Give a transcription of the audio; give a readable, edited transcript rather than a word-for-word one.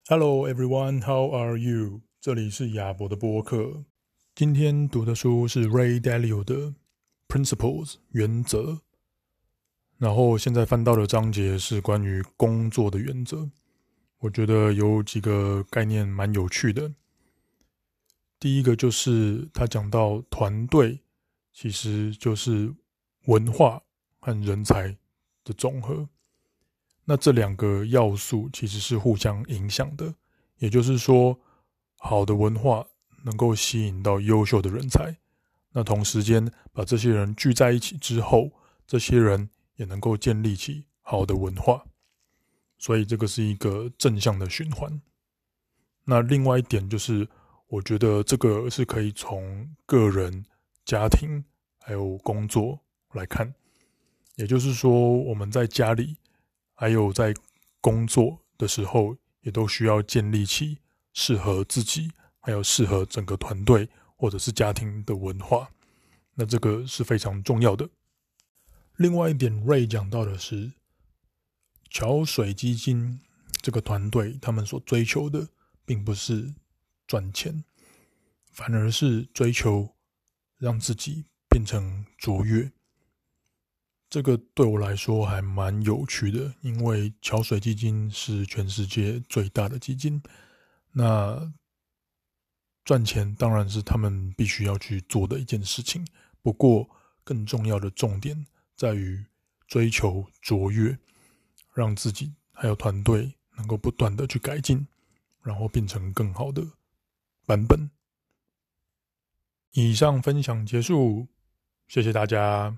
Hello everyone, how are you? 这里是亚博的播客。今天读的书是 Ray Dalio 的 Principles 原则，然后现在翻到的章节是关于工作的原则。我觉得有几个概念蛮有趣的。第一个就是他讲到团队其实就是文化和人才的总和。那这两个要素其实是互相影响的，也就是说，好的文化能够吸引到优秀的人才，那同时间把这些人聚在一起之后，这些人也能够建立起好的文化，所以这个是一个正向的循环。那另外一点就是，我觉得这个是可以从个人、家庭还有工作来看，也就是说，我们在家里还有在工作的时候，也都需要建立起适合自己，还有适合整个团队或者是家庭的文化。那这个是非常重要的。另外一点，Ray 讲到的是，桥水基金这个团队，他们所追求的并不是赚钱，反而是追求让自己变成卓越。这个对我来说还蛮有趣的，因为桥水基金是全世界最大的基金，那赚钱当然是他们必须要去做的一件事情。不过，更重要的重点在于追求卓越，让自己还有团队能够不断的去改进，然后变成更好的版本。以上分享结束，谢谢大家。